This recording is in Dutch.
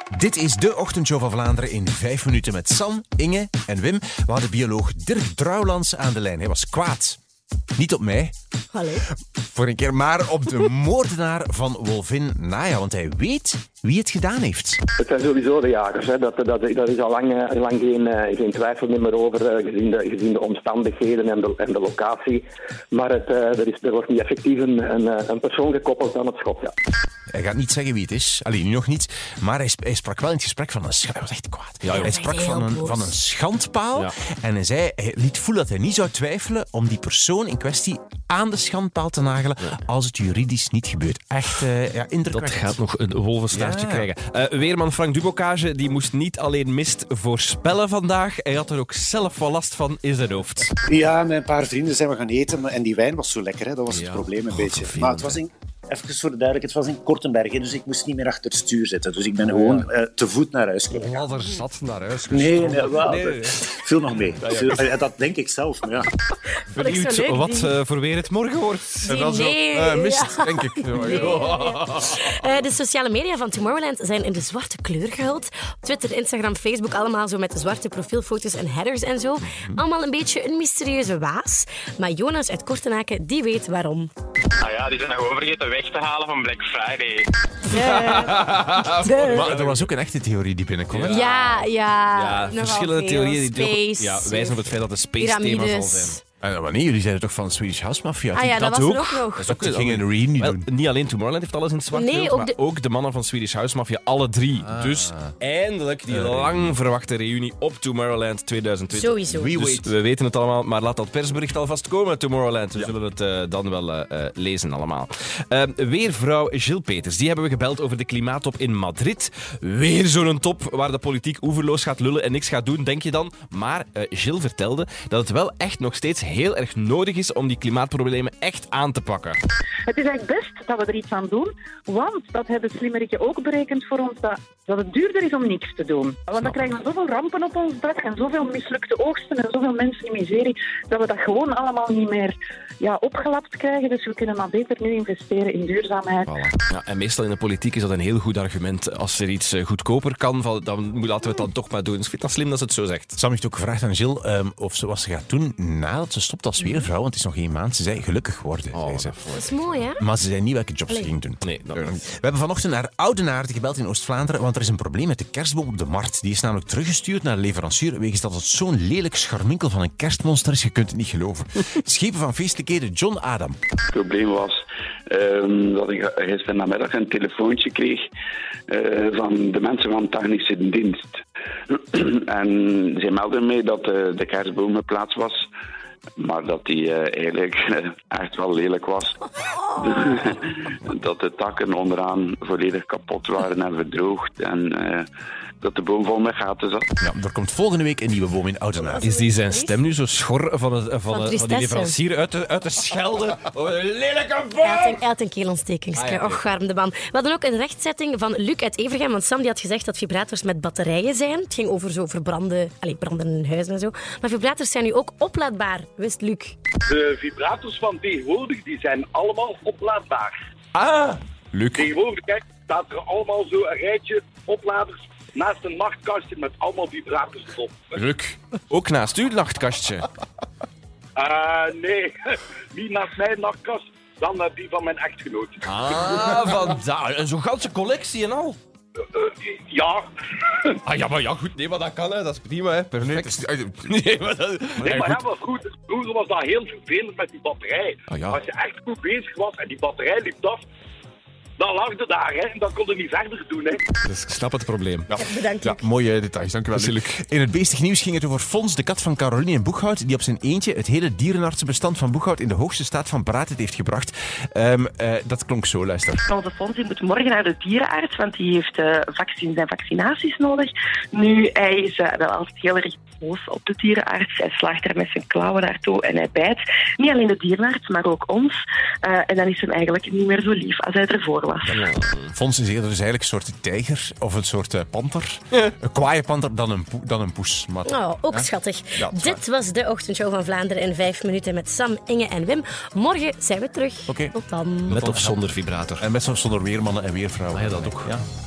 Dit is de ochtendshow van Vlaanderen in 5 minuten met Sam, Inge en Wim. We hadden bioloog Dirk Drouwlands aan de lijn. Hij was kwaad. Niet op mij. Hallo. Voor een keer, maar op de moordenaar van Wolfin Naya. Want hij weet wie het gedaan heeft. Het zijn sowieso de jagers. Hè. Dat is al lang geen twijfel meer over, gezien de omstandigheden en de locatie. Maar er wordt niet effectief een persoon gekoppeld aan het schot. Ja. Hij gaat niet zeggen wie het is. Alleen nu nog niet. Maar hij sprak wel in het gesprek van een... Hij was echt kwaad. Ja, hij sprak van een schandpaal. Ja. En hij liet voelen dat hij niet zou twijfelen om die persoon in kwestie aan de schandpaal te nagelen als het juridisch niet gebeurt. Echt indrukwekkend. Dat gaat nog een wolvenstaartje krijgen. Weerman Frank Dubocage die moest niet alleen mist voorspellen vandaag. Hij had er ook zelf wel last van in zijn hoofd. Ja, met een paar vrienden zijn we gaan eten. En die wijn was zo lekker. Hè? Dat was het probleem een beetje. Maar het was even voor de duidelijkheid, het was in Kortenberg. Dus ik moest niet meer achter het stuur zitten. Dus ik ben gewoon te voet naar huis gegaan. Ladder zat naar huis. Nee. Viel nog mee. Dat denk ik zelf. Maar ja. Benieuwd wat voor weer het morgen wordt. En dan mist, denk ik. De sociale media van Tomorrowland zijn in de zwarte kleur gehuld. Op Twitter, Instagram, Facebook, allemaal zo met de zwarte profielfoto's en headers en zo. Allemaal een beetje een mysterieuze waas. Maar Jonas uit Kortenaken, die weet waarom. Ah ja, die zijn nog vergeten weg te halen van Black Friday. Maar er was ook een echte theorie die binnenkwam. Ja, verschillende theorieën die wijzen op het feit dat het space-thema zal zijn. Maar nee, jullie zeiden toch van Swedish House Mafia? Dat was er ook nog. Dat ging een reunie doen. Niet alleen Tomorrowland heeft alles in het zwart gehuld, maar ook de mannen van Swedish House Mafia, alle drie. Dus eindelijk die lang verwachte reunie op Tomorrowland 2020. Sowieso. Dus we weten het allemaal, maar laat dat persbericht alvast komen, Tomorrowland. We zullen het dan wel lezen allemaal. Weervrouw Gilles Peters, die hebben we gebeld over de klimaattop in Madrid. Weer zo'n top waar de politiek oeverloos gaat lullen en niks gaat doen, denk je dan. Maar Gilles vertelde dat het wel echt nog steeds heel erg nodig is om die klimaatproblemen echt aan te pakken. Het is eigenlijk best dat we er iets aan doen, want dat hebben slimmerikken ook berekend voor ons, dat het duurder is om niks te doen. Want dan krijgen we zoveel rampen op ons dak en zoveel mislukte oogsten en zoveel mensen in miserie, dat we dat gewoon allemaal niet meer opgelapt krijgen. Dus we kunnen maar beter nu investeren in duurzaamheid. Voilà. Ja, en meestal in de politiek is dat een heel goed argument. Als er iets goedkoper kan, dan laten we het dan toch maar doen. Dus ik vind dat slim dat ze het zo zegt. Sam heeft ook gevraagd aan Gilles of ze wat ze gaat doen nadat ze stopt als weervrouw, want het is nog 1 maand. Ze zei gelukkig worden. Dat is mooi, hè? Maar ze zei niet welke jobs ze ging doen. Nee, we hebben vanochtend naar Oudenaarde gebeld in Oost-Vlaanderen, want er is een probleem met de kerstboom op de markt. Die is namelijk teruggestuurd naar de leverancier, wegens dat het zo'n lelijk scharminkel van een kerstmonster is. Je kunt het niet geloven. Schepen van feestelijkheden, John Adam. Het probleem was dat ik gisteren namiddag een telefoontje kreeg van de mensen van technische dienst. En zij meldden mij dat de kerstboom geplaatst was, maar dat die eigenlijk echt wel lelijk was. Dat de takken onderaan volledig kapot waren en verdroogd en dat de boom vol met gaten zat. Ja, er komt volgende week een nieuwe boom in Oudenaarde. Is die zijn stem nu zo schor van die leverancier uit de Schelde? Oh, een lelijke boom! Hij had een keelontsteking. Och, arm de man. We hadden ook een rechtzetting van Luc uit Evergem, want Sam die had gezegd dat vibrators met batterijen zijn. Het ging over zo branden in huizen en zo. Maar vibrators zijn nu ook oplaadbaar, wist Luc. De vibrators van tegenwoordig die zijn allemaal oplaadbaar. Luc. Tegenwoordig staat er allemaal zo een rijtje opladers naast een nachtkastje met allemaal vibrators erop. Luc, ook naast uw nachtkastje? Nee, niet naast mijn nachtkast, dan die van mijn echtgenoot. Vandaar. En zo'n ganse collectie en al? Ja. Maar goed, nee, maar dat kan, hè. Dat is prima, hè. Perfect. Maar vroeger was dat heel vervelend met die batterij. Als je echt goed bezig was en die batterij liep af, dan lag je daar, hè. En dan kon je niet verder doen, hè. Dus ik snap het probleem. Bedankt. Ja, mooie details, dank u wel. In het beestig nieuws ging het over Fons, de kat van Caroline in Boeghout, die op zijn eentje het hele dierenartsenbestand van Boeghout in de hoogste staat van paraatheid heeft gebracht. Dat klonk zo, luister. Onze Fons moet morgen naar de dierenarts, want die heeft vaccins en vaccinaties nodig. Nu, hij is wel altijd heel erg boos op de dierenarts. Hij slaagt er met zijn klauwen naartoe en hij bijt. Niet alleen de dierenarts, maar ook ons. En dan is hem eigenlijk niet meer zo lief als hij ervoor was. Fons is eerder dus eigenlijk een soort tijger of een soort panter. Een kwaaie panter dan een poes. Maar, ook schattig. Ja, dit was de ochtendshow van Vlaanderen in 5 minuten met Sam, Inge en Wim. Morgen zijn we terug. Okay. Tot dan. Met of zonder vibrator. En met of zonder weermannen en weervrouwen. Ja, dat ook. Ja.